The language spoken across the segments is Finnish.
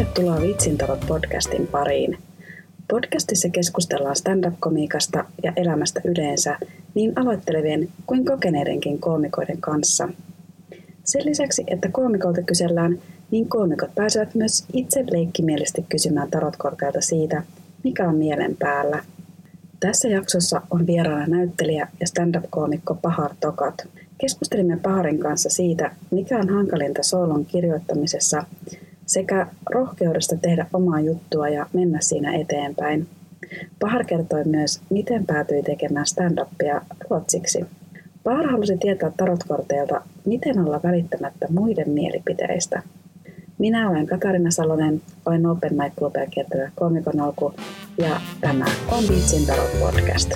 Tervetuloa Vitsintalot podcastin pariin. Podcastissa keskustellaan stand-up-komiikasta ja elämästä yleensä niin aloittelevien kuin kokeneidenkin koomikoiden kanssa. Sen lisäksi, että koomikolta kysellään, niin koomikot pääsevät myös itse leikkimielisesti kysymään tarotkorteilta siitä, mikä on mielen päällä. Tässä jaksossa on vieraana näyttelijä ja stand-up-koomikko Pahar Tokat. Keskustelimme Paharin kanssa siitä, mikä on hankalinta soolon kirjoittamisessa sekä rohkeudesta tehdä omaa juttua ja mennä siinä eteenpäin. Pahar kertoi myös, miten päätyi tekemään stand-upia ruotsiksi. Pahar halusi tietää tarotkorteilta, miten olla välittämättä muiden mielipiteistä. Minä olen Katarina Salonen, olen Open Mic Clubia kiertävä koomikon alku ja tämä on Vitsintalot podcast.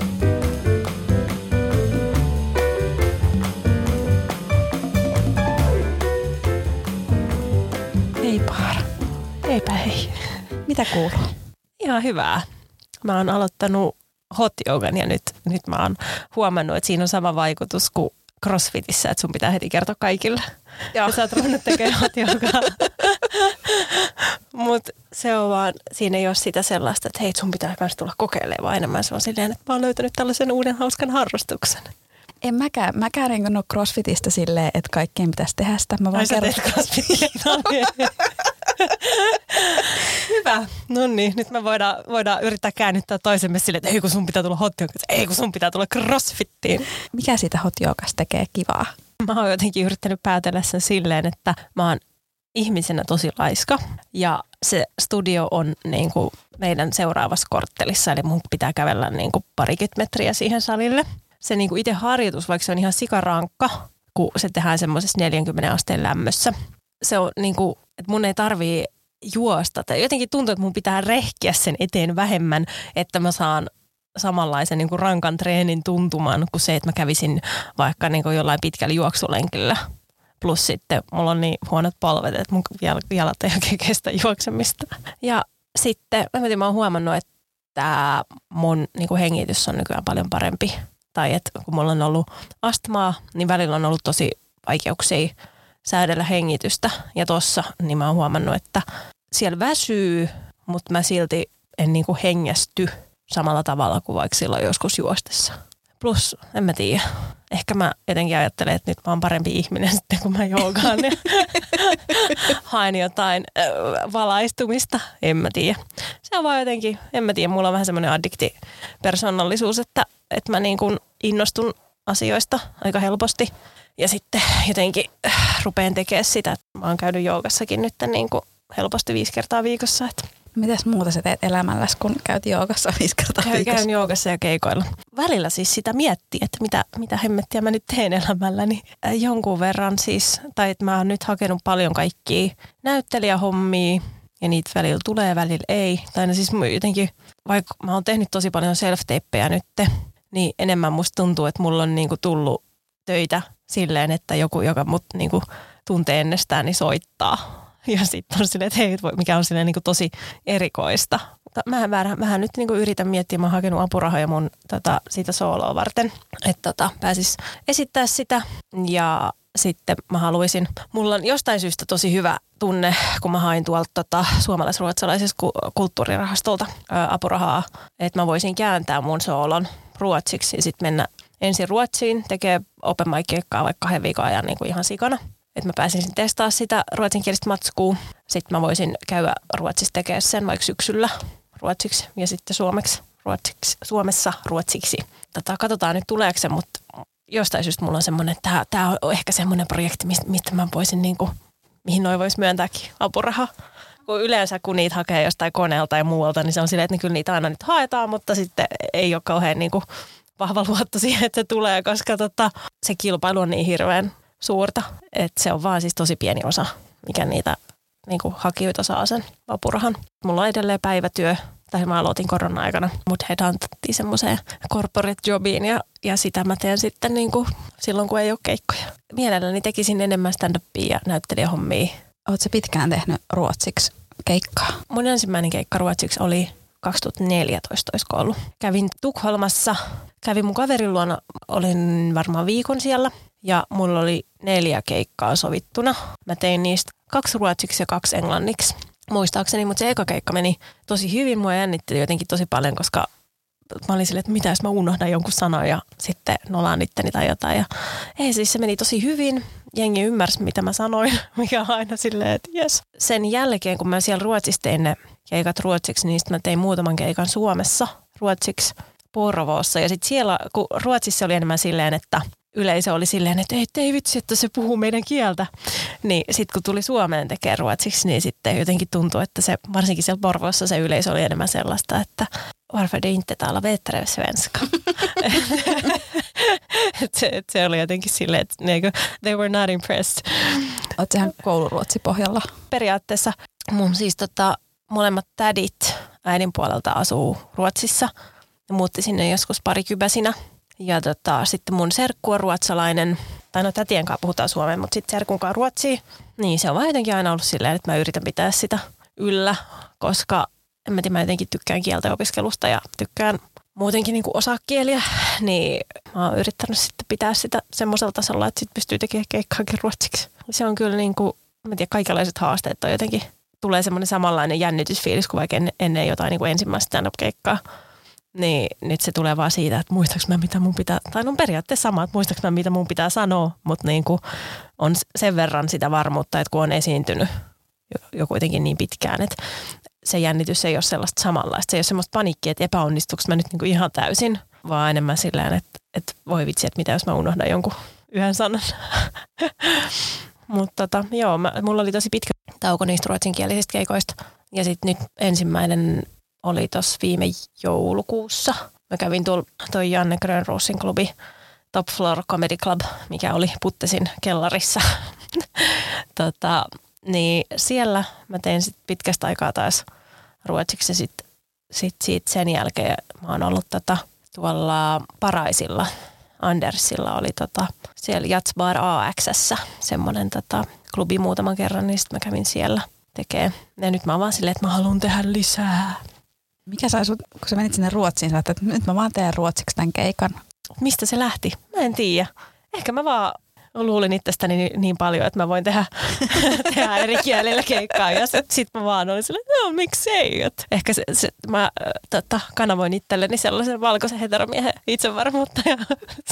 Hei Pahar. Heipä hei. Mitä kuuluu? Ihan hyvää. Mä oon aloittanut hot yogan ja nyt mä oon huomannut, että siinä on sama vaikutus kuin CrossFitissä, että sun pitää heti kertoa kaikille. Joo. Ja sä oot ruvennut tekemään hot yogaa. Mut se on vaan, siinä ei ole sitä sellaista, että hei, sun pitää myös tulla kokeilemaan enemmän. Se on silleen, että mä oon löytänyt tällaisen uuden hauskan harrastuksen. En mäkään en ole CrossFitista silleen, että kaikkien pitäisi tehdä sitä. Mä vaan kerron. CrossFitia. Hyvä. No niin, nyt me voidaan yrittää käännyttää toisemme silleen, että ei kun sun pitää tulla hot yogaan, ei kun sun pitää tulla CrossFittiin. Mikä siitä hot yogasta tekee kivaa? Mä oon jotenkin yrittänyt päätellä sen silleen, että mä oon ihmisenä tosi laiska ja se studio on niin kuin meidän seuraavassa korttelissa, eli mun pitää kävellä niin kuin 20 metriä siihen salille. Se niin kuin itse harjoitus, vaikka se on ihan sikarankka, kun se tehdään semmoisessa 40 asteen lämmössä. Se on niin kuin, että mun ei tarvii juosta. Tai jotenkin tuntuu, että mun pitää rehkiä sen eteen vähemmän, että mä saan samanlaisen niin kuin rankan treenin tuntuman kuin se, että mä kävisin vaikka niin kuin jollain pitkällä juoksulenkillä. Plus sitten mulla on niin huonot polvet, että mun jalat ei oikein kestä juoksemista. Ja sitten mä oon huomannut, että mun niin kuin hengitys on nykyään paljon parempi. Tai että kun mulla on ollut astmaa, niin välillä on ollut tosi vaikeuksia säädellä hengitystä. Ja tossa niin mä oon huomannut, että siellä väsyy, mutta mä silti en niinku hengästy samalla tavalla kuin vaikka silloin joskus juostessa. Plus, en mä tiedä. Ehkä mä jotenkin ajattelen, että nyt mä oon parempi ihminen sitten, kun mä joogaan ja haen jotain valaistumista. En mä tiedä. Se on vaan jotenkin, en mä tiedä, mulla on vähän semmoinen addiktipersonallisuus, että mä niin kuin innostun asioista aika helposti. Ja sitten jotenkin rupean tekemään sitä. Mä oon käynyt joogassakin nyt niin kuin helposti 5 kertaa viikossa. Mitäs muuta sä teet elämälläsi, kun käyt joogassa 5 kertaa viikossa? Käyn joogassa ja keikoilla. Välillä siis sitä miettii, että mitä hemmettiä mä nyt teen elämälläni. Jonkun verran siis, tai että mä oon nyt hakenut paljon kaikkia näyttelijähommia. Ja niitä välillä tulee, välillä ei. Tai no siis jotenkin, vaikka mä oon tehnyt tosi paljon self-tappeja nyt, niin enemmän musta tuntuu, että mulla on niinku tullut töitä silleen, että joku, joka mut niinku tuntee ennestään, niin soittaa. Ja sitten on silleen, että hei, mikä on silleen niinku tosi erikoista. Mä nyt niinku yritän miettiä, mä oon hakenut apurahoja mun siitä sooloa varten, että pääsis esittää sitä. Ja sitten mä haluaisin, mulla on jostain syystä tosi hyvä tunne, kun mä hain tuolta suomalais-ruotsalaisesta kulttuurirahastolta apurahaa, että mä voisin kääntää mun soolon ruotsiksi ja sitten mennä ensin Ruotsiin, tekee open mic-keikkaa vaikka 2 viikon ajan niin kuin ihan sikana. Että mä pääsin testaa sitä ruotsinkielistä matskua. Sitten mä voisin käydä Ruotsissa tekemään sen vaikka syksyllä ruotsiksi ja sitten Suomessa ruotsiksi. Katsotaan nyt tuleeko se, mutta jostain syystä mulla on semmoinen, että tämä on ehkä semmoinen projekti, mistä mä voisin, niin kuin, mihin noi voisi myöntääkin apurahaa. Kun yleensä kun niitä hakee jostain koneelta tai muualta, niin se on silleen, että kyllä niitä aina nyt haetaan, mutta sitten ei ole kauhean niin kuin vahva luotto siihen, että se tulee, koska se kilpailu on niin hirveän suurta, että se on vaan siis tosi pieni osa, mikä niitä niin kuin hakijoita saa sen apurahan. Mulla on edelleen päivätyö, tai mä aloitin korona-aikana, mut headhuntattiin semmoiseen corporate jobiin ja sitä mä teen sitten niin kuin silloin, kun ei ole keikkoja. Mielelläni tekisin enemmän stand-upia ja näyttelijähommia. Ootko sä pitkään tehnyt ruotsiksi keikkaa? Mun ensimmäinen keikka ruotsiksi oli 2014 olisiko ollut. Kävin Tukholmassa, kävin mun kaverin luona, olin varmaan viikon siellä ja mulla oli 4 keikkaa sovittuna. Mä tein niistä 2 ruotsiksi ja 2 englanniksi. muistaakseni, mutta se eka keikka meni tosi hyvin. Mua jännitti jotenkin tosi paljon, koska mä olin silleen, että mitä jos mä unohdan jonkun sanan ja sitten nolaan itteni tai jotain. Ja ei, siis se meni tosi hyvin. Jengi ymmärsi, mitä mä sanoin, mikä on aina silleen, että jes. Sen jälkeen, kun mä siellä Ruotsissa tein ne keikat ruotsiksi, niin sitten mä tein muutaman keikan Suomessa ruotsiksi Porvoossa. Ja sitten siellä, kun Ruotsissa oli enemmän silleen, että yleisö oli silleen, että ei vitsi, että se puhuu meidän kieltä. Niin sitten kun tuli Suomeen tekemään ruotsiksi, niin sitten jotenkin tuntui, että se, varsinkin siellä Porvoossa se yleisö oli enemmän sellaista, että varför det inte tala bättre svenska. Se oli jotenkin silleen, että they were not impressed. Oletko ihan kouluruotsipohjalla? Periaatteessa mun siis molemmat tädit äidin puolelta asuu Ruotsissa. Ne muutti sinne joskus parikypäsinä. Ja sitten mun serkku on ruotsalainen, tai no tätien kanssa puhutaan suomea, mutta sitten serkun kanssa ruotsia. Niin se on vaan jotenkin aina ollut silleen, että mä yritän pitää sitä yllä, koska en mä tiedä, mä jotenkin tykkään kielten opiskelusta ja tykkään muutenkin niin kuin osaa kieliä. Niin mä oon yrittänyt sitten pitää sitä semmoisella tasolla, että sit pystyy tekemään keikkaakin ruotsiksi. Se on kyllä niin kuin, mä tiedän, kaikenlaiset haasteet on jotenkin, tulee semmoinen samanlainen jännitysfiilis kuin vaikka ennen jotain niin kuin ensimmäistä stand-up-keikkaa. Niin nyt se tulee vaan siitä, että muistaaks mä mitä mun pitää, tai on periaatteessa sama, että muistaaks mä mitä mun pitää sanoa, mutta niin kuin on sen verran sitä varmuutta, että kun on esiintynyt jo kuitenkin niin pitkään, että se jännitys ei ole sellaista samanlaista. Se ei ole semmoista paniikkia, että epäonnistuuko mä nyt niin kuin ihan täysin, vaan enemmän silleen, että voi vitsi, että mitä jos mä unohdan jonkun yhden sanan. Mutta joo, mulla oli tosi pitkä tauko niistä ruotsinkielisistä keikoista ja sitten nyt ensimmäinen oli tuossa viime joulukuussa. Mä kävin toi Janne Grönroosin klubi Top Floor Comedy Club, mikä oli Puttesin kellarissa. Niin siellä mä tein sit pitkästä aikaa taas ruotsiksi ja sit siitä sen jälkeen mä oon ollut tuolla Paraisilla, Andersilla oli siellä Jats Bar AX:ssä semmonen klubi muutaman kerran, niin sit mä kävin siellä tekee. Ja nyt mä oon vaan silleen, että mä haluan tehdä lisää. Mikä sai sut, kun sä menit sinne Ruotsiin, sä että nyt mä vaan teen ruotsiksi tämän keikan? Mistä se lähti? Mä en tiedä. Ehkä mä vaan luulin itsestäni niin paljon, että mä voin tehdä eri kielillä keikkaa. Ja sit mä vaan olin silleen, että no miksei. Ehkä mä kanavoin itselleni sellaisen valkoisen heteromiehen itsevarmuutta. Ja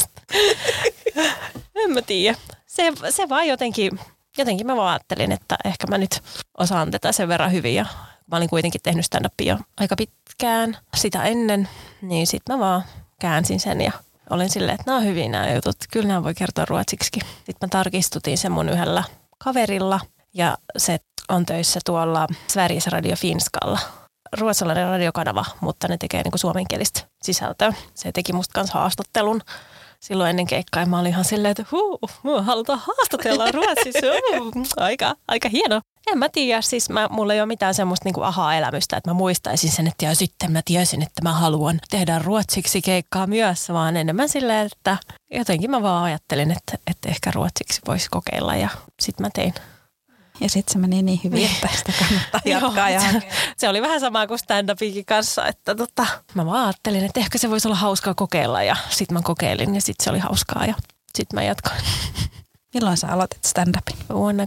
en mä tiedä. Se vaan jotenkin mä vaan ajattelin, että ehkä mä nyt osaan tätä sen verran hyvin. Ja mä olin kuitenkin tehnyt stand-upia jo aika pitkään sitä ennen, niin sit mä vaan käänsin sen ja olin silleen, että nämä on hyviä nämä jutut. Kyllä nämä voi kertoa ruotsiksi. Sitten mä tarkistutin sen mun yhdellä kaverilla ja se on töissä tuolla Sveriges Radio Finskalla. Ruotsalainen radiokanava, mutta ne tekee niinku suomenkielistä sisältöä. Se teki musta kanssa haastattelun silloin ennen keikkaa. Mä olin ihan silleen, että halutaan haastatella Ruotsissa. Aika hieno. En mä tiedä, siis mulla ei ole mitään semmoista niinku aha-elämystä, että mä muistaisin sen, että ja sitten mä tiesin, että mä haluan tehdä ruotsiksi keikkaa myös, vaan enemmän silleen, että jotenkin mä vaan ajattelin, että ehkä ruotsiksi voisi kokeilla ja sit mä tein. Ja sit se meni niin hyvin, että sitä kannattaa jatkaa. Joo, se oli vähän samaa kuin stand-upikin kanssa, että mä vaan ajattelin, että ehkä se voisi olla hauskaa kokeilla ja sit mä kokeilin ja sit se oli hauskaa ja sit mä jatkoin. Milloin sä aloitit stand-upin? Vuonna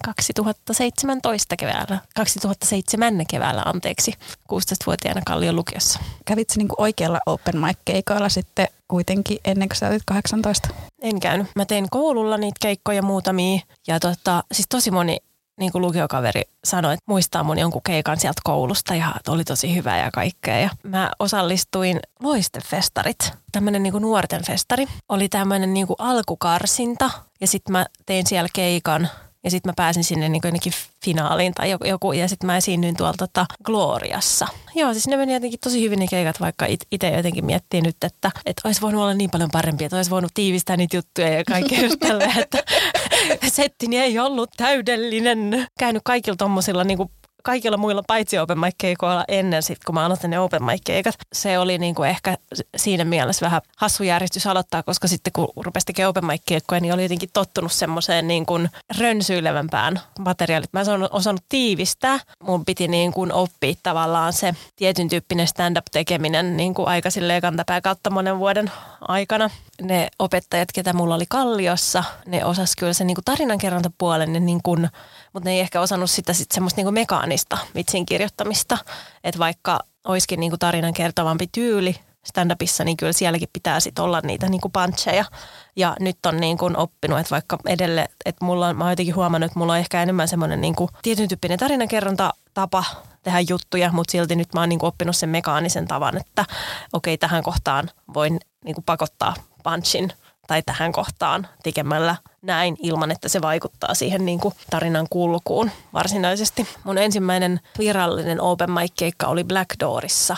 2007 keväällä, 16-vuotiaana Kallion lukiossa. Kävit sä niinku oikealla open mic-keikoilla sitten kuitenkin ennen kuin sä olit 18? En käynyt. Mä tein koululla niitä keikkoja muutamia ja siis tosi moni niin kuin lukiokaveri sanoi, että muistaa mun jonkun keikan sieltä koulusta ja oli tosi hyvä ja kaikkea. Ja mä osallistuin Loistefestarit, tämmöinen niin kuin nuorten festari. Oli tämmöinen niin kuin alkukarsinta ja sitten mä tein siellä keikan ja sitten mä pääsin sinne niin kuin jonnekin finaaliin tai joku ja sitten mä esiinnyin tuolla Gloriassa. Joo, siis ne meni jotenkin tosi hyvin ne keikat, vaikka itse jotenkin miettii nyt, että olisi voinut olla niin paljon parempi, että olisi voinut tiivistää niitä juttuja ja kaikkea just tälleen, että settini ei ollut täydellinen. Käynyt kaikilla tommosilla niin kuin kaikilla muilla paitsi open mic-keikoilla ennen sit, kun mä aloitin ne open mic-keikat. Se oli niinku ehkä siinä mielessä vähän hassu järjestys aloittaa, koska sitten kun rupesi tekemään open mic-keikkoja, niin oli jotenkin tottunut semmoiseen niin kuin rönsyilevämpään materiaalit. Mä en osannut tiivistää. Mun piti niin kuin oppia tavallaan se tietyn tyyppinen stand-up-tekeminen niin kuin aika silleen kantapää kautta monen vuoden aikana. Ne opettajat, ketä mulla oli Kalliossa, ne osas kyllä sen niin kuin tarinankerrontapuolen, niin kuin, mutta ne ei ehkä osannut sitä sit semmoista niin kuin mekaanista mekaanista vitsin kirjoittamista. Että vaikka olisikin niin kuin tarinan kertovampi tyyli stand-upissa, niin kyllä sielläkin pitää sitten olla niitä niin kuin puncheja. Ja nyt on niin kuin oppinut, että vaikka edelleen, että mä oon jotenkin huomannut, että mulla on ehkä enemmän semmoinen niin kuin tietyn tyyppinen tarinankerrontatapa tehdä juttuja, mutta silti nyt mä oon niin kuin oppinut sen mekaanisen tavan, että okei, tähän kohtaan voin niin kuin pakottaa punchin tai tähän kohtaan tekemällä näin ilman, että se vaikuttaa siihen niin kuin tarinan kulkuun varsinaisesti. Mun ensimmäinen virallinen open mic-keikka oli Black Doorissa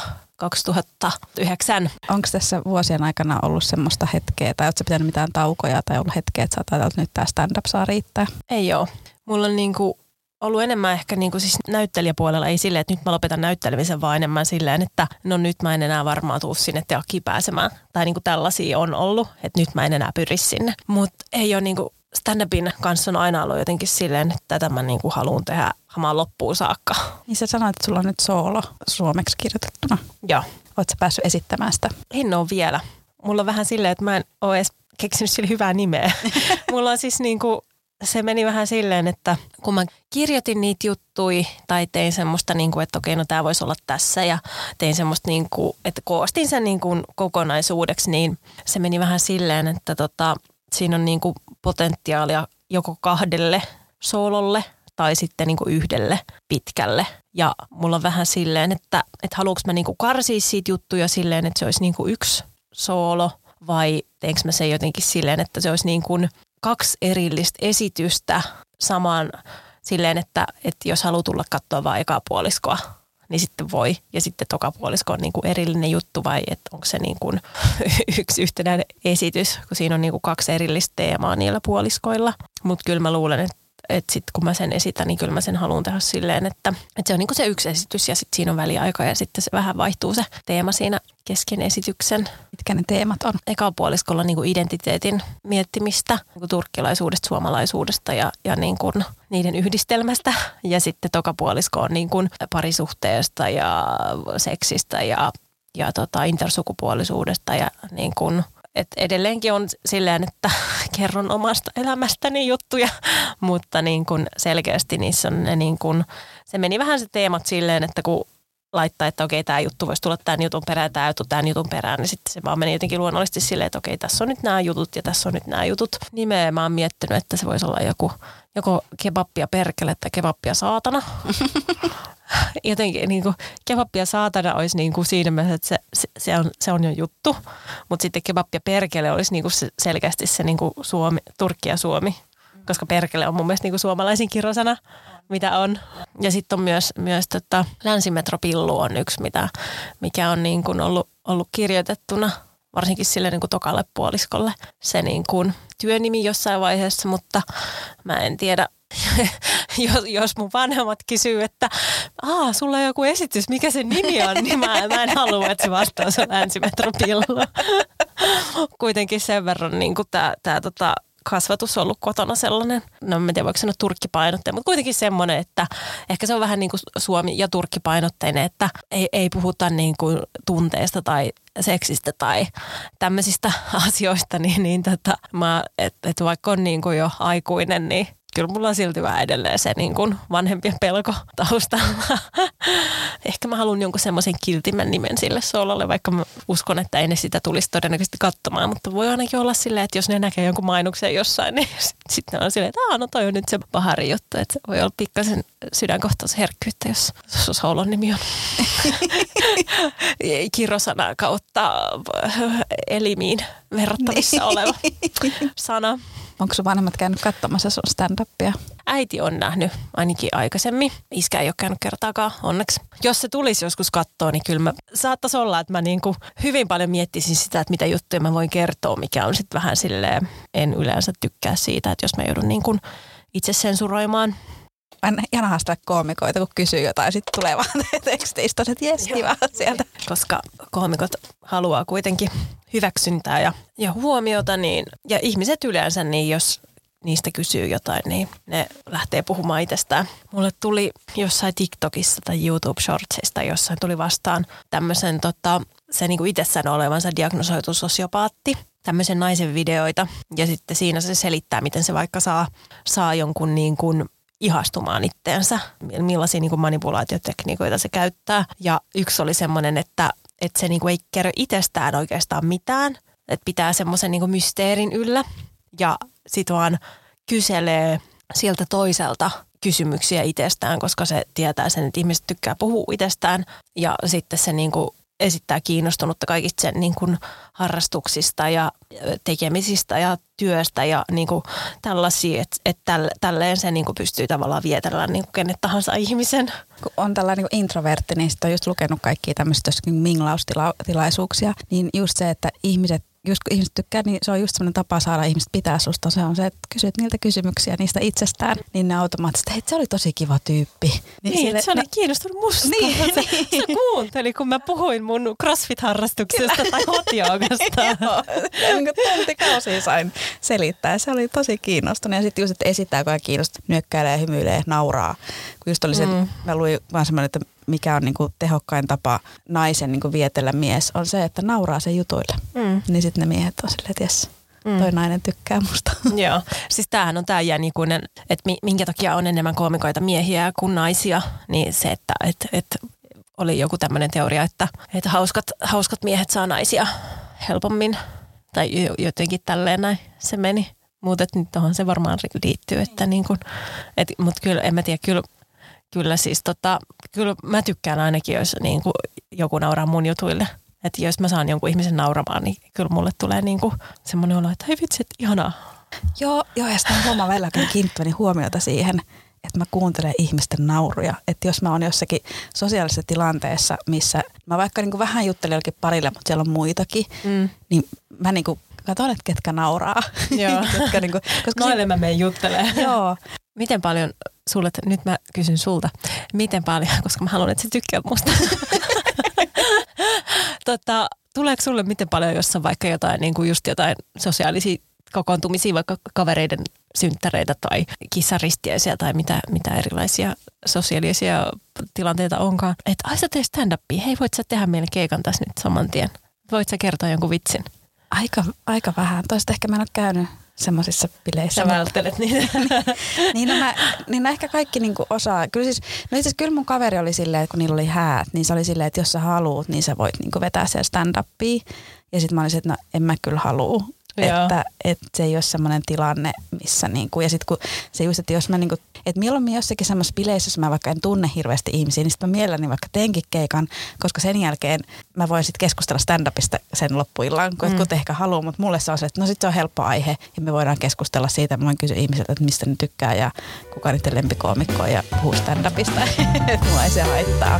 2009. Onko tässä vuosien aikana ollut semmoista hetkeä, tai ootko pitänyt mitään taukoja, tai ollut hetkeä, että sä ajatellut, että nyt tää stand-up saa riittää? Ei oo. Mulla on niinku ollut enemmän ehkä niinku siis näyttelijäpuolella, ei silleen, että nyt mä lopetan näyttelemisen, vaan enemmän silleen, että no nyt mä en enää varmaan tuu sinne teokkiin pääsemään. Tai niinku tällaisia on ollut, että nyt mä en enää pyri sinne. Mutta ei ole niinku, stand-upin kanssa on aina ollut jotenkin silleen, että tätä mä niinku haluan tehdä hamaan loppuun saakka. Niin sä sanoit, että sulla on nyt soolo suomeksi kirjoitettuna. Joo. Oot sä päässyt esittämään sitä? En ole vielä. Mulla on vähän silleen, että mä en ole edes keksinyt sille hyvää nimeä. Mulla on siis niinku, se meni vähän silleen, että kun mä kirjoitin niitä juttuja tai tein semmoista, niinku, että okei, no tää voisi olla tässä ja tein semmoista, niinku, että koostin sen niinku kokonaisuudeksi, niin se meni vähän silleen, että siinä on niinku potentiaalia joko 2 soololle tai sitten niinku 1 pitkälle. Ja mulla on vähän silleen, että haluanko mä niinku karsia siitä juttuja silleen, että se olisi niinku 1 soolo vai teenkö mä se jotenkin silleen, että se olisi niinku 2 erillistä esitystä samaan silleen, että jos haluaa tulla katsoa vaan ekaa puoliskoa, niin sitten voi. Ja sitten toka puolisko on niinku erillinen juttu vai että onko se niinku yksi yhtenäinen esitys, kun siinä on niinku 2 erillistä teemaa niillä puoliskoilla. Mutta kyllä mä luulen, että sitten kun mä sen esitän, niin kyllä mä sen haluan tehdä silleen, että se on niinku se 1 esitys ja sitten siinä on väliaika ja sitten se vähän vaihtuu se teema siinä kesken esityksen. Mitkä ne teemat on? Eka puoliskolla niinku identiteetin miettimistä, niinku turkkilaisuudesta, suomalaisuudesta ja niinku niiden yhdistelmästä. Ja sitten toka puolisko on niinku parisuhteesta ja seksistä ja intersukupuolisuudesta ja niinku, että edelleenkin on silleen, että kerron omasta elämästäni juttuja, mutta niin kuin selkeästi niissä on ne niin kuin, se meni vähän se teemat silleen, että kun laittaa, että okei, tämä juttu voisi tulla tämän jutun perään, tämä juttu tämän jutun perään, niin sitten se vaan meni jotenkin luonnollisesti silleen, että okei, tässä on nyt nämä jutut ja tässä on nyt nämä jutut. Nimeä mä oon miettinyt, että se voisi olla joko kebappia perkele tai kebappia saatana. Jotenkin niin kuin kebappia saatana olisi niin kuin siinä mielessä, että se on jo juttu, mutta sitten kebappia perkele olisi niin kuin selkeästi se niin kuin Suomi, Turkki ja Suomi, koska perkele on mun mielestä niin kuin suomalaisin kirosana, mitä on. Ja sitten on myös Länsimetropillu on yksi, mikä on niin kuin ollut kirjoitettuna, varsinkin sille niin kuin tokalle puoliskolle se niin kuin työnimi jossain vaiheessa, mutta mä en tiedä. Jos mun vanhemmat kysyy, että sulla on joku esitys, mikä se nimi on, niin mä en halua, että se vastaus on Länsimetropillu. Kuitenkin sen verran niin tää kasvatus on ollut kotona sellainen, no en tiedä voiko sanoa turkkipainotteinen, mutta kuitenkin semmoinen, että ehkä se on vähän niin kuin Suomi- ja turkkipainotteinen, että ei puhuta niin kuin tunteista tai seksistä tai tämmöisistä asioista, että vaikka on niin kuin jo aikuinen, niin kyllä mulla on silti vähän edelleen se niin kuin vanhempien pelko taustalla. Ehkä mä haluan jonkun semmoisen kiltimän nimen sille soololle, vaikka mä uskon, että ei ne sitä tulisi todennäköisesti katsomaan. Mutta voi ainakin olla silleen, että jos ne näkee jonkun mainoksen jossain, niin sitten on silleen, että no toi on nyt se pahari juttu. Että voi olla pikkasen sydänkohtausherkkyyttä, jos soolon nimi on kirosana kautta elimiin verrattavissa oleva sana. Onko sun vanhemmat käynyt katsomassa sun stand-upia? Äiti on nähnyt ainakin aikaisemmin. Iskä ei ole käynyt kertaakaan, onneksi. Jos se tulisi joskus katsoa, niin kyllä saattaisi olla, että mä niinku hyvin paljon miettisin sitä, että mitä juttuja mä voin kertoa, mikä on sitten vähän silleen, en yleensä tykkää siitä, että jos mä joudun niinku itse sensuroimaan. Mä ihan haastella koomikoita, kun kysyy jotain, sitten tulee vaan teksteistä, että jes, kiva sieltä. Koska koomikot haluaa kuitenkin hyväksyntää ja huomiota, niin, ja ihmiset yleensä, niin jos niistä kysyy jotain, niin ne lähtee puhumaan itsestään. Mulle tuli jossain TikTokissa tai YouTube-shortsista jossain tuli vastaan tämmöisen se niinku itsessään olevansa diagnosoitu sosiopaatti, tämmöisen naisen videoita, ja sitten siinä se selittää, miten se vaikka saa jonkun niin kuin ihastumaan itteensä, millaisia niin kuin manipulaatiotekniikoita se käyttää. Ja yksi oli semmoinen, että se niin kuin ei kerro itsestään oikeastaan mitään, että pitää semmoisen niin kuin mysteerin yllä ja sit vaan kyselee sieltä toiselta kysymyksiä itsestään, koska se tietää sen, että ihmiset tykkää puhua itsestään ja sitten se niin kuin esittää kiinnostunutta kaikista sen niin kuin harrastuksista ja tekemisistä ja työstä ja niin kuin tällaisia, että tälleen se niin kuin pystyy tavallaan vietellä niin kuin kenet tahansa ihmisen. Kun on tällainen niin introvertti, niin sitten on just lukenut kaikkia tämmöisiä minglaustilaisuuksia, niin just se, että just kun ihmiset tykkää, niin se on just semmoinen tapa saada ihmiset pitää susta. Se on se, että kysyt niiltä kysymyksiä niistä itsestään, niin ne automaattisesti, hei, se oli tosi kiva tyyppi. Niin se oli kiinnostunut musta. Niin. Se kuunteli, kun mä puhuin mun CrossFit-harrastuksesta tai hot-joogasta. Joo, tuntikausia sain selittää. Se oli tosi kiinnostunut. Ja sitten just, että esittää, kun hän kiinnostunut, nyökkäilee, hymyilee, nauraa. Kun just oli se, mä luin vaan semmoinen, että mikä on niinku tehokkain tapa naisen niinku vietellä mies, on se, että nauraa sen jutuille. Niin sitten ne miehet on silleen, että jes, toi nainen tykkää musta. Joo, siis tämähän on tämä jännikuinen, että minkä takia on enemmän koomikoita miehiä kuin naisia, niin se, että oli joku tämmöinen teoria, että hauskat miehet saa naisia helpommin, tai jotenkin tälleen näin se meni. Mutta nyt tuohon se varmaan liittyy, että niin kuin, mutta kyllä en mä tiedä, Kyllä siis kyllä mä tykkään ainakin, jos niin kuin joku nauraa mun jutuille. Että jos mä saan jonkun ihmisen nauramaan, niin kyllä mulle tulee niin kuin semmoinen olo, että hei vitsi, että ihanaa. Joo, ja sitten on huomaa välillä kiinnittäväni huomiota siihen, että mä kuuntelen ihmisten nauruja. Että jos mä oon jossakin sosiaalisessa tilanteessa, missä mä vaikka niin kuin vähän juttelen jollekin parille, mutta siellä on muitakin, niin mä niin kuin katson, että ketkä nauraa. Joo, niin kuin, koska noille mä menen juttelemaan. Joo. Miten paljon sulle, nyt mä kysyn sulta, miten paljon, koska mä haluan, että sä tykkäät musta. Tuleeko sulle miten paljon, jos on vaikka jotain, niin kuin just jotain sosiaalisia kokoontumisia, vaikka kavereiden synttäreitä tai kissaristiäisiä tai mitä erilaisia sosiaalisia tilanteita onkaan. Että ai sä tee stand-upia, hei voit sä tehdä meille keikan tässä nyt saman tien. Voit sä kertoa jonkun vitsin? Aika vähän. Toista ehkä mä en ole käynyt semmoisissa bileissä. Sä välttelet niitä. niin ehkä kaikki niinku osaa. Kyllä siis, no itse asiassa kyllä mun kaveri oli silleen, että kun niillä oli häät, niin se oli silleen, että jos sä haluut, niin sä voit niinku vetää siellä stand-upia. Ja sitten mä olisin, että no en mä kyllä halua. Että se ei ole semmoinen tilanne, missä niinku, ja sitten kun se just, että jos mä niinku, että mieluummin jossakin semmoisessa bileissä, jos mä vaikka en tunne hirveästi ihmisiä, niin sitten mä mielelläni vaikka teenkin keikan, koska sen jälkeen mä voin sitten keskustella stand-upista sen loppuillaan, kun jotkut ehkä haluaa, mutta mulle se on se, että no sit se on helppo aihe ja me voidaan keskustella siitä, mä voin kysyä ihmisiltä, että mistä ne tykkää ja kuka niiden lempikoomikko on ja puhuu stand-upista, että mua ei se haittaa.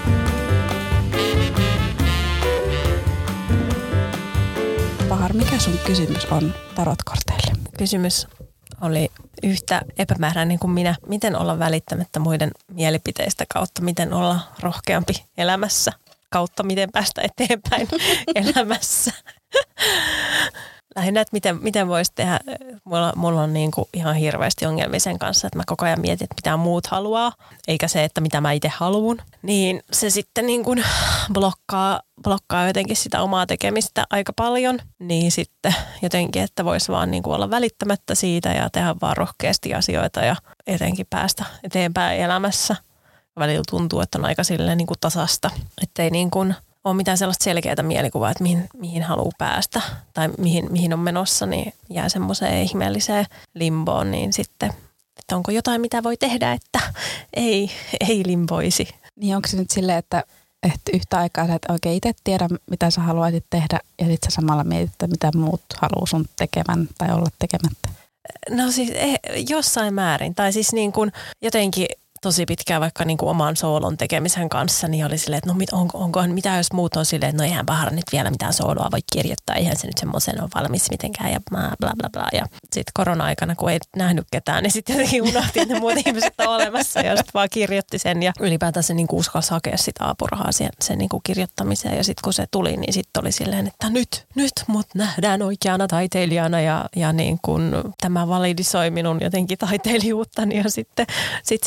Pahar, mikä sun kysymys on tarotkorteille? Kysymys oli yhtä epämääräinen kuin minä. Miten olla välittämättä muiden mielipiteistä kautta? Miten olla rohkeampi elämässä kautta? Miten päästä eteenpäin elämässä? Lähinnä, että miten voisi tehdä. Mulla on niin kuin ihan hirveästi ongelmia sen kanssa, että mä koko ajan mietin, että mitä muut haluaa, eikä se, että mitä mä itse haluun. Niin se sitten niin kuin blokkaa jotenkin sitä omaa tekemistä aika paljon. Niin sitten jotenkin, että voisi vaan niin kuin olla välittämättä siitä ja tehdä vaan rohkeasti asioita ja jotenkin päästä eteenpäin elämässä. Välillä tuntuu, että on aika silleen niin kuin tasasta, ettei niin kuin ole mitään sellaista selkeää mielikuvaa, että mihin haluaa päästä tai mihin on menossa, niin jää semmoiseen ihmeelliseen limboon, niin sitten, että onko jotain, mitä voi tehdä, että ei limboisi. Niin onko se nyt silleen, että yhtä aikaa sä et oikein itse tiedä, mitä sä haluaisit tehdä ja sitten sä samalla mietit, että mitä muut haluaa sun tekemään tai olla tekemättä? No siis jossain määrin, tai siis niin kuin jotenkin tosi pitkään vaikka niin kuin oman soolon tekemisen kanssa, niin oli silleen, että no onkohan mitä jos muut on silleen, että no eihän Pahara nyt vielä mitään sooloa voi kirjoittaa, eihän se nyt semmoisen ole valmis mitenkään ja bla bla bla. Ja sitten korona-aikana, kun ei nähnyt ketään, niin sitten jotenkin unohti, että ne muut ihmiset on olemassa ja sitten vaan kirjoitti sen ja ylipäätään se niin kuin uskalsi hakea sitä apurahaa sen niin kuin kirjoittamiseen ja sitten kun se tuli, niin sitten oli silleen, että nyt mut nähdään oikeana taiteilijana ja niin kuin tämä validisoi minun jotenkin taiteilijuuttani ja sitten sen uskalsi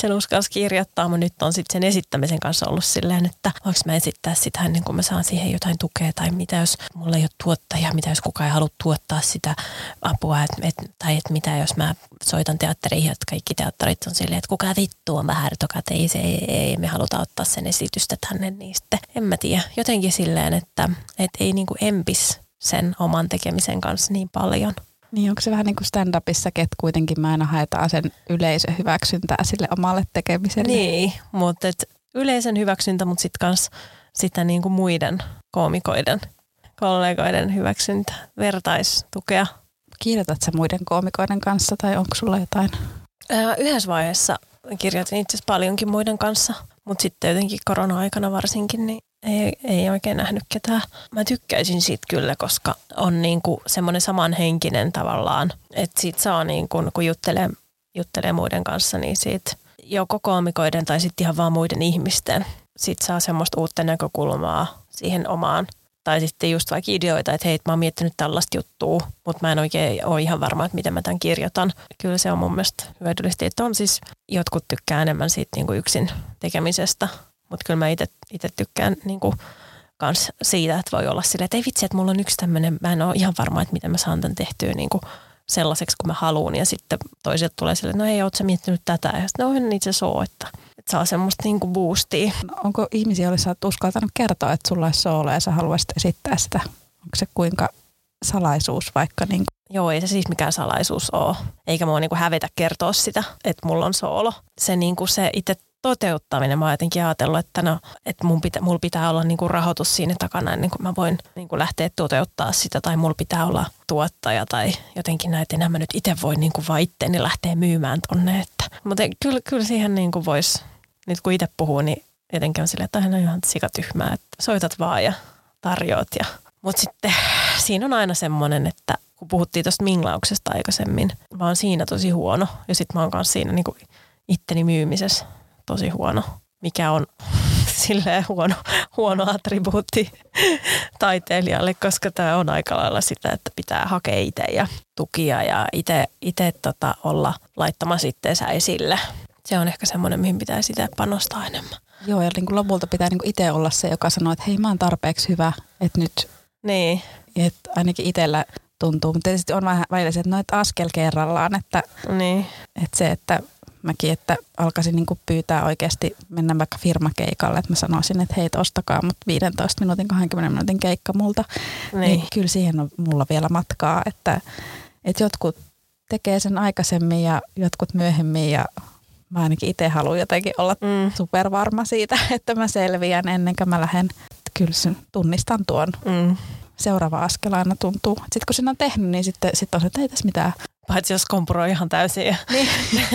kanssa kirjoittaa, mutta nyt on sitten sen esittämisen kanssa ollut silleen, että voinko mä esittää sitä ennen kuin mä saan siihen jotain tukea, tai mitä jos mulla ei ole tuottajaa, mitä jos kukaan ei halua tuottaa sitä apua, tai mitä jos mä soitan teattereihin, että kaikki teatterit on silleen, että kuka vittu on vähän hartokat, ei me haluta ottaa sen esitystä tänne, niin sitten en mä tiedä. Jotenkin silleen, että ei niinku empis sen oman tekemisen kanssa niin paljon. Niin onko se vähän niin kuin stand-upissakin, että kuitenkin me aina haetaan sen yleisön hyväksyntää sille omalle tekemiselle? Niin, mutta yleisön hyväksyntä, mutta sitten kans sitä niin kuin muiden koomikoiden, kollegoiden hyväksyntä, vertaistukea. Kirjoitat sä muiden koomikoiden kanssa tai onko sulla jotain? Yhdessä vaiheessa kirjoitin itse asiassa paljonkin muiden kanssa, mutta sitten jotenkin korona-aikana varsinkin, niin ei oikein nähnyt ketään. Mä tykkäisin siitä kyllä, koska on niinku semmoinen samanhenkinen tavallaan, että siitä saa niinku, kun juttelee muiden kanssa, niin siitä joko koomikoiden tai sitten ihan vaan muiden ihmisten. Siitä saa semmoista uutta näkökulmaa siihen omaan. Tai sitten just vaikka ideoita, että hei, mä oon miettinyt tällaista juttua, mutta mä en oikein ole ihan varma, että miten mä tämän kirjoitan. Kyllä se on mun mielestä hyödyllistä, että on siis jotkut tykkää enemmän siitä niinku yksin tekemisestä. Mutta kyllä mä itse tykkään niinku kans siitä, että voi olla silleen, että ei vitsi, että mulla on yksi tämmöinen, mä en ole ihan varma, että miten mä saan tämän tehtyä niinku sellaiseksi, kun mä haluan. Ja sitten toiset tulee silleen, että no ei, oot sä miettinyt tätä? Ja sitten no en itse soo, että saa semmoista niinku boostia. Onko ihmisiä, joille sä oot uskaltanut kertoa, että sulla olisi soola ja sä haluaisit esittää sitä? Onko se kuinka salaisuus vaikka? Niinku? Joo, ei se siis mikään salaisuus ole. Eikä mua niinku hävetä kertoa sitä, että mulla on soolo. Se niinku se itse toteuttaminen, mä oon jotenkin ajatellut, että no, että mulla pitää olla niinku rahoitus siinä takana ennen kuin mä voin niinku lähteä toteuttaa sitä, tai mulla pitää olla tuottaja tai jotenkin näitä, enää mä nyt itse voin niinku vaan itteeni lähteä myymään tonne. Mutta kyllä siihen niinku voisi, nyt kun itse puhuu, niin jotenkin on silleen, että aina on ihan sikatyhmää, että soitat vaan ja tarjoat. Mutta sitten siinä on aina semmoinen, että kun puhuttiin tuosta minglauksesta aikaisemmin, mä oon siinä tosi huono ja sitten mä oon kanssa siinä niinku itteni myymisessä tosi huono, mikä on silleen huono attribuutti taiteilijalle, koska tämä on aika lailla sitä, että pitää hakea itse ja tukia ja itse olla laittamassa itseensä esille. Se on ehkä semmoinen, mihin pitää sitä panostaa enemmän. Joo, ja niin kuin lopulta pitää niin kuin itse olla se, joka sanoo, että hei, mä oon tarpeeksi hyvä, että nyt, niin. Että ainakin itsellä tuntuu. Mutta tietysti on vähän välillä se, että no, että askel kerrallaan, että, niin. Että se, että mäkin, että alkaisin niin kuin pyytää oikeasti mennä vaikka firmakeikalle, että mä sanoisin, että hei, ostakaa mut 15 minuutin, 20 minuutin keikka multa. Niin kyllä siihen on mulla vielä matkaa, että jotkut tekee sen aikaisemmin ja jotkut myöhemmin ja mä ainakin itse haluan jotenkin olla supervarma siitä, että mä selviän ennen kuin mä lähden. Kyllä tunnistan tuon. Seuraava askel aina tuntuu. Sitten kun sen on tehnyt, niin sitten on se, että ei tässä mitään. Paitsi jos kompuroi ihan täysin. Niin.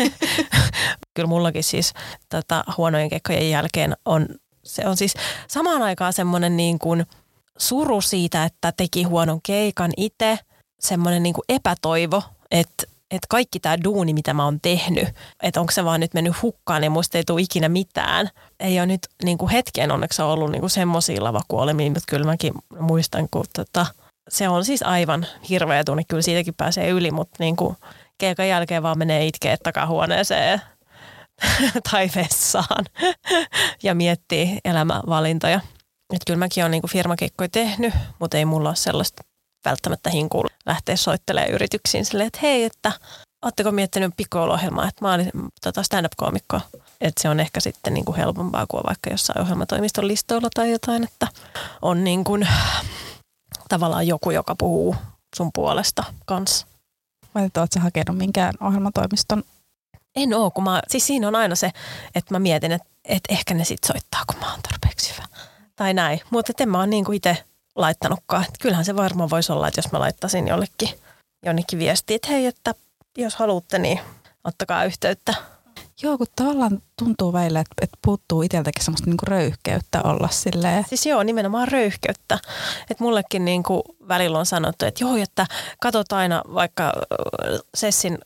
Kyllä mullakin siis huonojen keikkojen jälkeen se on siis samaan aikaan semmoinen niin kuin suru siitä, että teki huonon keikan itse. Semmoinen niin kuin epätoivo, että kaikki tämä duuni, mitä mä oon tehnyt, että onko se vaan nyt mennyt hukkaan ja musta ei tule ikinä mitään. Ei ole nyt niin kuin hetken onneksi ollut niin kuin semmoisia lavakuolemia, mutta kyllä mäkin muistan, kun se on siis aivan hirveä tunne. Kyllä siitäkin pääsee yli, mutta niin kuin keikan jälkeen vaan menee itkeä takahuoneeseen tai vessaan ja miettii elämänvalintoja. Että kyllä mäkin olen niin kuin firmakeikkoja tehnyt, mutta ei mulla ole sellaista välttämättä hinkua lähteä soittelemaan yrityksiin silleen, että hei, että ootteko miettinyt pikkujouluohjelmaa, että mä olin stand-up-koomikko. Että se on ehkä sitten niin kuin helpompaa kuin vaikka jossain ohjelmatoimiston listoilla tai jotain, että on niin kuin tavallaan joku, joka puhuu sun puolesta kanssa. Vai että ootko sä hakenut minkään ohjelmatoimiston? En oo, kun siis siinä on aina se, että mä mietin, että ehkä ne sit soittaa, kun mä oon tarpeeksi hyvä. Tai näin, mutta en mä oon niin kuin itse laittanutkaan. Että kyllähän se varmaan voisi olla, että jos mä laittaisin jonnekin viestiä, että hei, että jos haluatte, niin ottakaa yhteyttä. Joo, kun tavallaan tuntuu välillä, että puuttuu itseltäkin semmoista niinku röyhkeyttä olla silleen. Siis joo, nimenomaan röyhkeyttä. Että mullekin niinku välillä on sanottu, että joo, että katot aina vaikka Sessin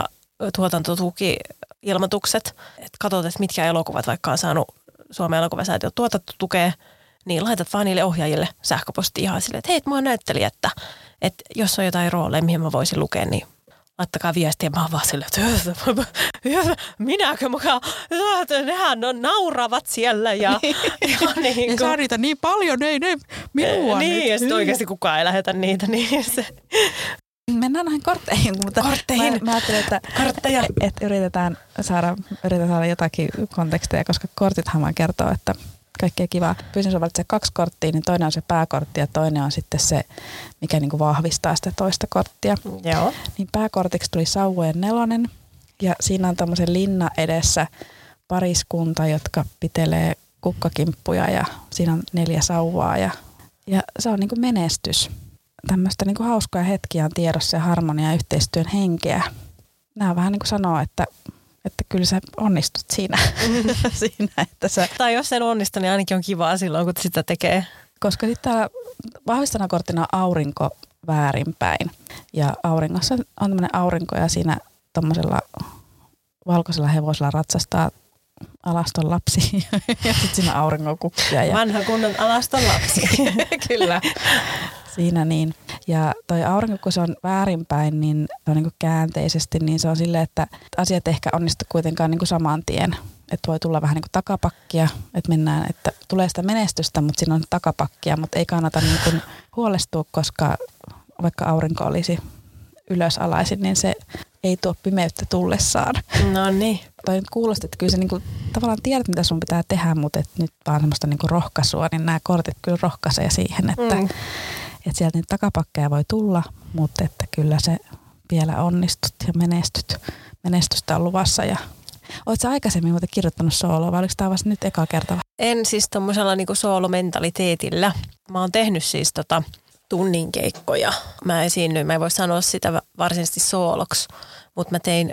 tuotantotuki-ilmoitukset, että katot, että mitkä elokuvat vaikka on saanut Suomen elokuvasäätiön tuotantotukea, niin laitat vaan niille ohjaajille sähköpostia ihan silleen, että hei, mä oon näyttelijä, että jos on jotain rooleja, mihin mä voisin lukea, niin laittakaa viestiä. Mä oon vaan silleen, että minäkö mukaan, nehän nauravat siellä. Ja niin ne saa niitä niin paljon, ei ne minua niin, nyt. Ja sitten oikeasti kukaan ei lähetä niitä. Niin se. Mennään näihin kortteihin, mutta mä ajattelin, että yritetään saada jotakin konteksteja, koska kortithan vaan kertoo, että kaikkea kivaa. Pyysin sun valitsemaan 2 korttia, niin toinen on se pääkortti ja toinen on sitten se, mikä niinku vahvistaa sitä toista korttia. Joo. Niin pääkortiksi tuli sauvojen 4 ja siinä on tämmöisen linna edessä pariskunta, jotka pitelee kukkakimppuja ja siinä on 4 sauvaa ja se on niinku menestys. Tämmöistä niinku hauskaa hetkiä on tiedossa ja harmonia ja yhteistyön henkeä. Nämä vähän niin kuin sanoo, että kyllä sä onnistut siinä, että sä... Tai jos sen onnistu, niin ainakin on kivaa silloin, kun sitä tekee. Koska sitten täällä vahvistana korttina on aurinko väärinpäin. Ja auringossa on tämmöinen aurinko ja siinä tommosella valkoisella hevosella ratsastaa alaston lapsi ja sitten siinä auringon kukkia. Ja... Vanha kunnon alaston lapsi. Kyllä. Siinä niin. Ja toi aurinko, kun se on väärinpäin, niin se on niin kuin käänteisesti, niin se on silleen, että asiat ehkä onnistu kuitenkaan niin kuin saman tien. Että voi tulla vähän niin kuin takapakkia, että mennään, että tulee sitä menestystä, mutta siinä on takapakkia, mutta ei kannata niin kuin huolestua, koska vaikka aurinko olisi ylösalaisin, niin se ei tuo pimeyttä tullessaan. No niin. Toi nyt kuulosti, että kyllä sä niin kuin, tavallaan tiedät, mitä sun pitää tehdä, mutta et nyt vaan semmoista niin kuin rohkaisua, niin nämä kortit kyllä rohkaisee siihen, että että sieltä niitä takapakkeja voi tulla, mutta että kyllä se vielä onnistut ja menestystä on luvassa. Ja... Oletko sä aikaisemmin muuten kirjoittanut sooloa vai oliko tämä vasta nyt eka kerta? En siis tommosella niinku soolomentaliteetillä. Mä oon tehnyt siis tunnin keikkoja. Mä esiinnyin, mä en voi sanoa sitä varsinaisesti sooloksi, mutta mä tein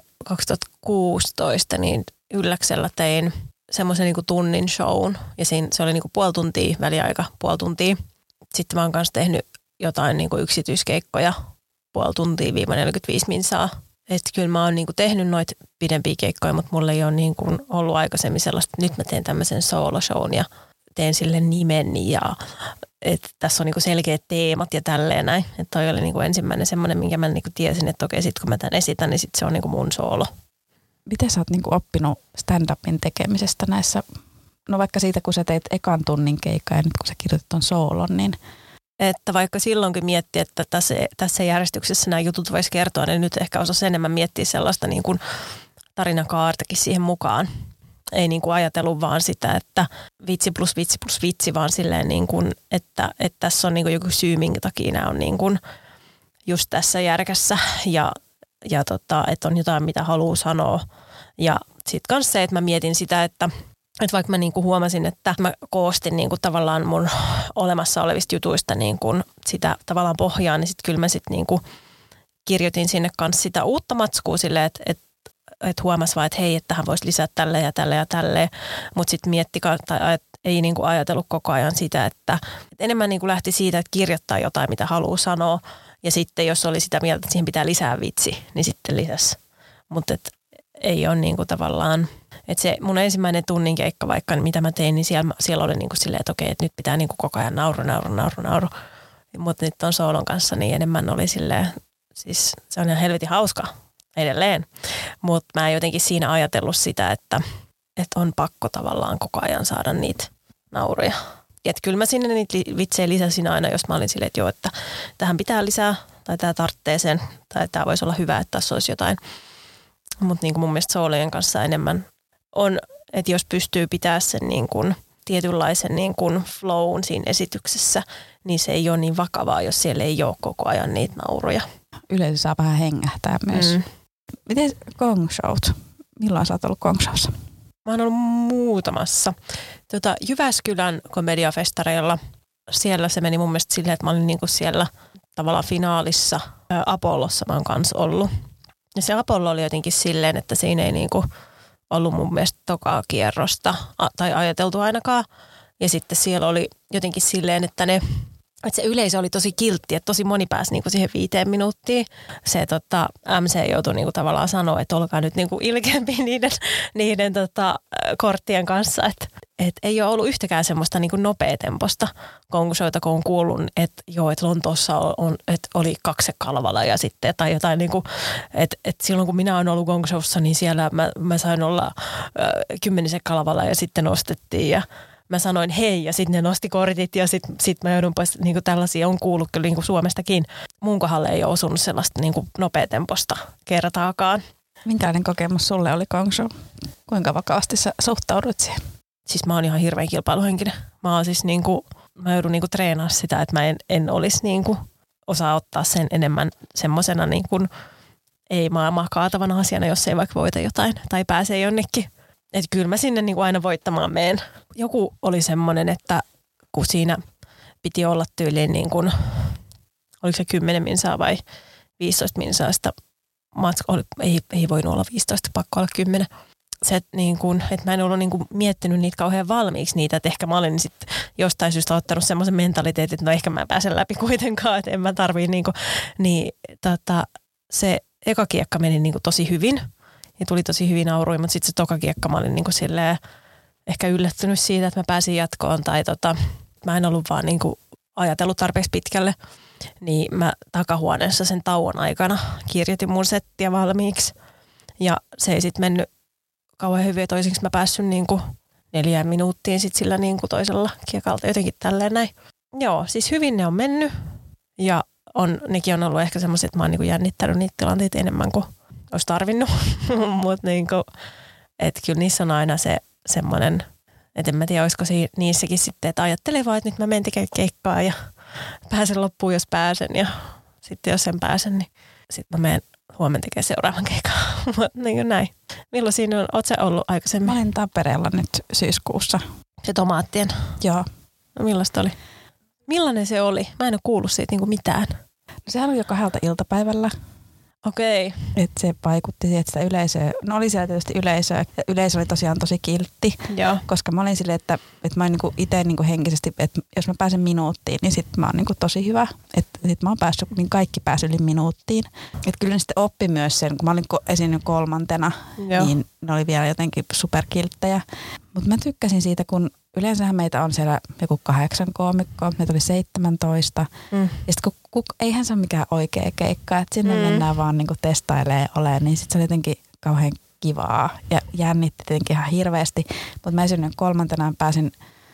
2016, niin Ylläksellä tein semmoisen niinku tunnin shown ja se oli niinku puoli tuntia, väliaika puoli tuntia. Sitten mä oon kanssa tehnyt jotain niin kuin yksityiskeikkoja, puoli tuntia, 45 minsaa. Että kyllä mä oon niin kuin tehnyt noita pidempiä keikkoja, mutta mulla ei ole niin kuin ollut aikaisemmin sellaista, että nyt mä teen tämmöisen solo-shown ja teen sille nimen ja että tässä on niin kuin selkeät teemat ja tälleen näin. Että toi oli niin kuin ensimmäinen semmoinen, minkä mä niin kuin tiesin, että okei, sit kun mä tämän esitän, niin sit se on niin kuin mun soolo. Miten sä oot niin kuin oppinut stand-upin tekemisestä näissä, no vaikka siitä kun sä teit ekan tunnin keikkaa ja nyt kun sä kirjoitit ton soolon, niin... Että vaikka silloinkin miettii, että tässä järjestyksessä nämä jutut voisi kertoa, niin nyt ehkä osasi enemmän miettiä sellaista niin kuin tarinakaartakin siihen mukaan. Ei niin kuin ajatellut vaan sitä, että vitsi plus vitsi plus vitsi, vaan silleen niin kuin, että tässä on niin kuin joku syy, minkä takia nämä on niin kuin just tässä järkässä ja että on jotain, mitä haluaa sanoa. Ja sitten myös se, että mä mietin sitä, että vaikka mä niinku huomasin, että mä koostin niinku tavallaan mun olemassa olevista jutuista niinku sitä tavallaan pohjaa, niin sitten kyllä mä sitten niinku kirjoitin sinne kanssa sitä uutta matskua silleen, että huomasi vaan, että hei, että tähän voisi lisätä tälle ja tälle ja tälle. Mutta sitten ei niinku ajatellut koko ajan sitä, että enemmän niinku lähti siitä, että kirjoittaa jotain, mitä haluaa sanoa. Ja sitten jos oli sitä mieltä, että siihen pitää lisää vitsi, niin sitten lisäsi. Mutta ei ole niinku tavallaan... Että se mun ensimmäinen tunnin keikka vaikka, mitä mä tein, niin siellä oli niinku silleen, että okei, että nyt pitää niinku koko ajan nauru. Mutta nyt on soolon kanssa niin enemmän oli silleen, siis se on ihan helvetin hauska edelleen. Mutta mä en jotenkin siinä ajatellut sitä, että on pakko tavallaan koko ajan saada niitä nauruja. Että kyllä mä sinne niitä vitsejä lisäsin aina, jos mä olin silleen, että joo, että tähän pitää lisää, tai tää tarvitsee sen, tai tää voisi olla hyvä, että tässä olisi jotain. Mutta niinku mun mielestä soolojen kanssa enemmän on, että jos pystyy pitää sen niin kuin tietynlaisen niin kuin flown siinä esityksessä, niin se ei ole niin vakavaa, jos siellä ei ole koko ajan niitä nauruja. Yleisö saa vähän hengähtää myös. Miten Gong Showt? Milloin sä oot ollut Gong Showssa? Mä oon ollut muutamassa. Jyväskylän komediafestareilla. Siellä se meni mun mielestä silleen, että mä olin niin kuin siellä tavallaan finaalissa. Apollossa mä oon kanssa ollut. Ja se Apollo oli jotenkin silleen, että siinä ei niin kuin ollut mun mielestä tokaa kierrosta tai ajateltu ainakaan. Ja sitten siellä oli jotenkin silleen, että se yleisö oli tosi kiltti, että tosi moni pääsi niinku siihen 5 minuuttiin. Se MC joutui niinku tavallaan sanoa, että olkaa nyt niinku ilkeämpi niiden korttien kanssa. että ei ole ollut yhtäkään semmoista niin kuin nopeatemposta gongshowta, kun on kuullut, että joo, että Lontoossa että oli 2 kalvalla ja sitten, tai jotain niin kuin, että silloin kun minä olen ollut gongshowssa, niin siellä mä sain olla 10 kalvalla ja sitten nostettiin ja mä sanoin hei ja sitten ne nosti kortit ja sit mä joudun pois, niin kuin tällaisia on kuullut kyllä niin kuin Suomestakin. Mun kohdalle ei ole osunut sellaista niin kuin nopeatemposta kertaakaan. Minkälainen kokemus sulle oli gongshow? Kuinka vakavasti sä suhtaudut siihen? Siis mä oon ihan hirveän kilpailuhenkinen. Mä oon siis niinku, mä joudun niinku treenaa sitä, että mä en olisi niinku osaa ottaa sen enemmän semmosena niinku ei maailmaa kaatavana asiana, jos ei vaikka voita jotain tai pääsee jonnekin. Että kyllä mä sinne niinku aina voittamaan meen. Joku oli semmoinen, että kun siinä piti olla tyyliin niin kuin, oliko se 10 minsaa vai 15 minsaa sitä ei voinut olla 15, pakko olla 10. Se, niin kun, että mä en ollut niin kun miettinyt niitä kauhean valmiiksi niitä, että ehkä mä olin sitten jostain syystä ottanut semmoisen mentaliteetin, että no ehkä mä pääsen läpi kuitenkaan, että en mä tarvii se eka kiekka meni niin kun tosi hyvin ja tuli tosi hyvin auruin, mutta sitten se toka kiekka mä olin niin kun silleen ehkä yllättynyt siitä, että mä pääsin jatkoon tai mä en ollut vaan niin kun ajatellut tarpeeksi pitkälle, niin mä takahuoneessa sen tauon aikana kirjoitin mun settiä valmiiksi ja se ei sitten mennyt kauhean hyvin, toiseksi mä päässyt niinku 4 minuuttiin sit sillä niinku toisella kiekalta jotenkin tälleen näin. Joo, siis hyvin ne on mennyt ja nekin on ollut ehkä semmoisia, että mä oon niinku jännittänyt niitä tilanteita enemmän kuin olisi tarvinnut. Mutta niinku, että kyllä niissä on aina se semmoinen, että en mä tiedä, olisiko niissäkin sitten, että ajattelee vaan, että nyt mä menen tekemään keikkaa ja pääsen loppuun, jos pääsen ja sitten jos en pääsen, niin sitten mä menen huomenna tekee seuraavan keikan. Niin kuin näin. Milloin siinä on? Oletko sä ollut aikaisemmin? Mä olin Tampereella nyt syyskuussa. Se tomaattien? Joo. No millaista oli? Millainen se oli? Mä en ole kuullut siitä niin kuin mitään. No, sehän oli jo 2 iltapäivällä. Okei. Että se vaikutti siihen, että sitä yleisöä, no oli siellä tietysti yleisöä, ja yleisö oli tosiaan tosi kiltti, Joo. koska mä olin silleen, että mä oon niinku itse niinku henkisesti, että jos mä pääsen minuuttiin, niin sit mä oon niinku tosi hyvä, että sit mä oon päässyt, niin kaikki pääsy yli minuuttiin. Että kyllä ne sitten oppi myös sen, kun mä olin esiinnyt 3, Joo. niin ne oli vielä jotenkin superkilttejä. Mutta mä tykkäsin siitä, kun yleensähän meitä on siellä joku 8 koomikkoa, meitä oli 17. Ja sitten kun eihän se ole mikään oikea keikka, että sinne mennään vaan niinku testailee olemaan, niin sitten se oli jotenkin kauhean kivaa ja jännitti tietenkin ihan hirveästi. Mutta mä esiinnyin 3, pääsin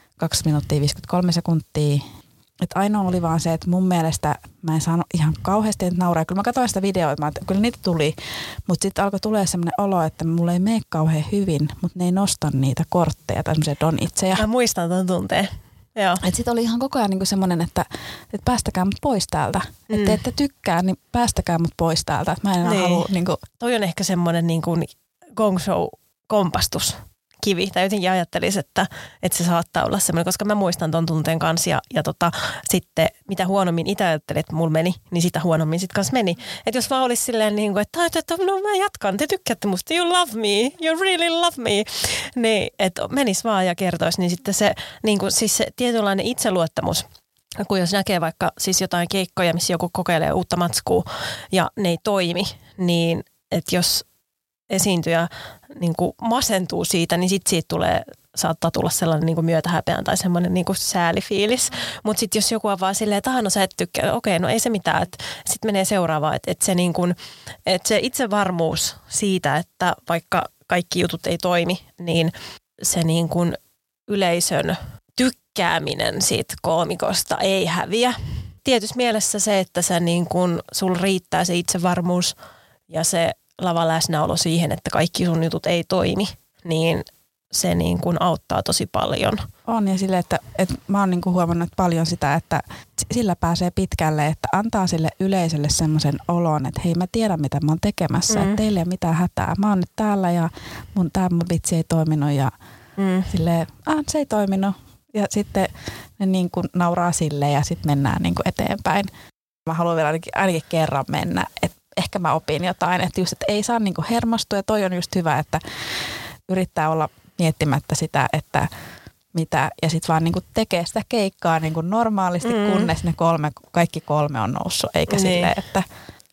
2 minuuttia 53 sekuntia. Että ainoa oli vaan se, että mun mielestä mä en saanut ihan kauheasti niitä nauraa. Kyllä mä katsoin sitä videoita, että kyllä niitä tuli. Mutta sitten alkoi tulee sellainen olo, että mulla ei mene kauhean hyvin, mutta ne ei nosta niitä kortteja tai semmoisia donitseja. Mä muistan ton tunteen. Joo. Että sitten oli ihan koko ajan niinku semmoinen, että päästäkää mut pois täältä. Että te ette tykkää, niin päästäkää mut pois täältä. Että mä en enää halua niinku. Toi on ehkä semmoinen niinku gong show kompastus. Kivi, tai jotenkin ajattelisi, että se saattaa olla semmoinen, koska mä muistan ton tunteen kanssa ja sitten mitä huonommin itse ajattelin, että mulla meni, niin sitä huonommin sit kanssa meni. Että jos vaan olisi silleen niin kuin, että no mä jatkan, te tykkäätte musta, you love me, you really love me, niin että menis vaan ja kertoisi, niin sitten se, niin kuin, siis se tietynlainen itseluottamus, kun jos näkee vaikka siis jotain keikkoja, missä joku kokeilee uutta matskua ja ne ei toimi, niin että jos esiintyjä niin kuin masentuu siitä, niin sitten siitä saattaa tulla sellainen niin kuin myötähäpeän tai semmoinen niin kuin säälifiilis. Mutta sitten jos joku on vaan silleen, että no sä et tykkää, okei, no ei se mitään, että sitten menee seuraavaan. Että se, niin kuin, että se itsevarmuus siitä, että vaikka kaikki jutut ei toimi, niin se niin kuin yleisön tykkääminen siitä koomikosta ei häviä. Tietysti mielessä se, että sä niin kuin, sulla riittää se itsevarmuus ja se lava läsnäolo siihen, että kaikki sun jutut ei toimi, niin se niin kuin auttaa tosi paljon. On ja sille, että mä oon niin kuin huomannut paljon sitä, että sillä pääsee pitkälle, että antaa sille yleisölle semmoisen olon, että hei mä tiedän mitä mä oon tekemässä, että teille ei ole mitään hätää. Mä oon nyt täällä ja mun vitsi ei toiminut ja silleen, se ei toiminut. Ja sitten ne niin kuin nauraa silleen ja sitten mennään niin kuin eteenpäin. Mä haluan vielä ainakin kerran mennä, että ehkä mä opin jotain, että just, että ei saa niinku hermostua ja toi on just hyvä, että yrittää olla miettimättä sitä, että mitä ja sitten vaan niinku tekee sitä keikkaa niinku normaalisti, kunnes ne kaikki 3 on noussut, eikä silleen, että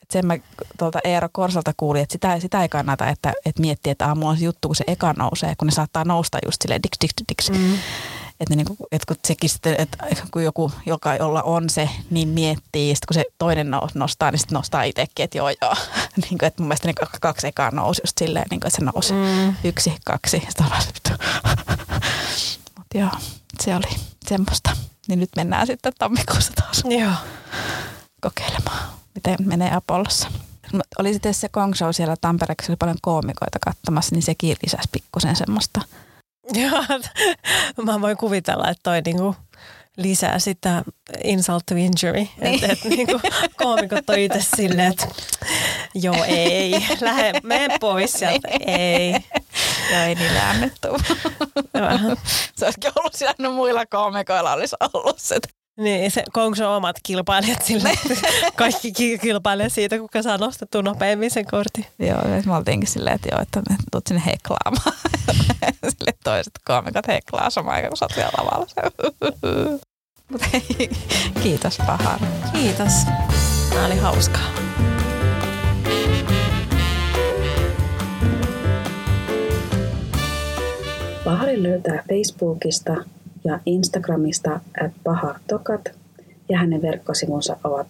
Sen mä tuolta Eero Korsalta kuulin, että sitä ei kannata, että miettii, että mulla on se juttu, kun se eka nousee, kun ne saattaa nousta just silleen diks. Että niinku, kun sekin sitten, että kun joku, jolla on se, niin miettii, sitten kun se toinen nostaa, niin sitten nostaa itsekin, että joo. Niinku, että mun mielestä niin 2 ekaa nousi just silleen, niinku, että se nousi 1, 2, sitten on vaan mutta joo, se oli semmoista. Niin nyt mennään sitten tammikuussa taas kokeilemaan, miten menee Apollossa. Oli sitten se Gong Show siellä Tampereella, oli paljon koomikoita katsomassa, niin sekin lisäsi pikkusen semmoista. Joo, mä voin kuvitella, että toi niinku lisää sitä insult to injury. Niin. Että niinku koomikot on itse silleen, että joo ei, mene pois sieltä, ei. Ja ei niille annettu. Se olisikin ollut siellä, muilla koomikoilla olisi ollut se. Niin, se Gong Show omat kilpailijat sille, kaikki kilpailee siitä, kuka saa nostettua nopeammin sen kortin. Joo, me oltiinkin silleen, että joo, että tulet sinne heklaamaan. Sille toiset koomikot heklaa samaan aikaan, kun sä oot vielä lavalla. Mutta hei, kiitos Pahar. Kiitos. Tämä oli hauskaa. Paharin löytää Facebookista ja Instagramista @pahartokat ja hänen verkkosivunsa ovat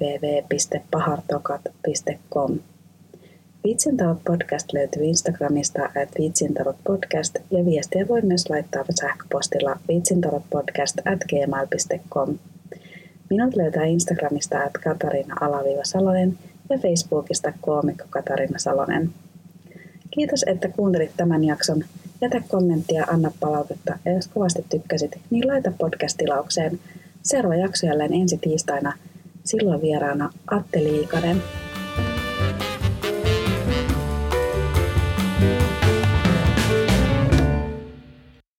www.pahartokat.com. Viitsintalot podcast löytyy Instagramista @viitsintalotpodcast ja viestiä voi myös laittaa sähköpostilla viitsintalotpodcast@gmail.com. Minut löytää Instagramista @Katarina_Salonen ja Facebookista koomikko Katarina Salonen. Kiitos, että kuuntelit tämän jakson. Jätä kommenttia, anna palautetta ja jos kovasti tykkäsit, niin laita podcast-tilaukseen. Seuraava jakso jälleen ensi tiistaina. Silloin vieraana Atte Liikanen.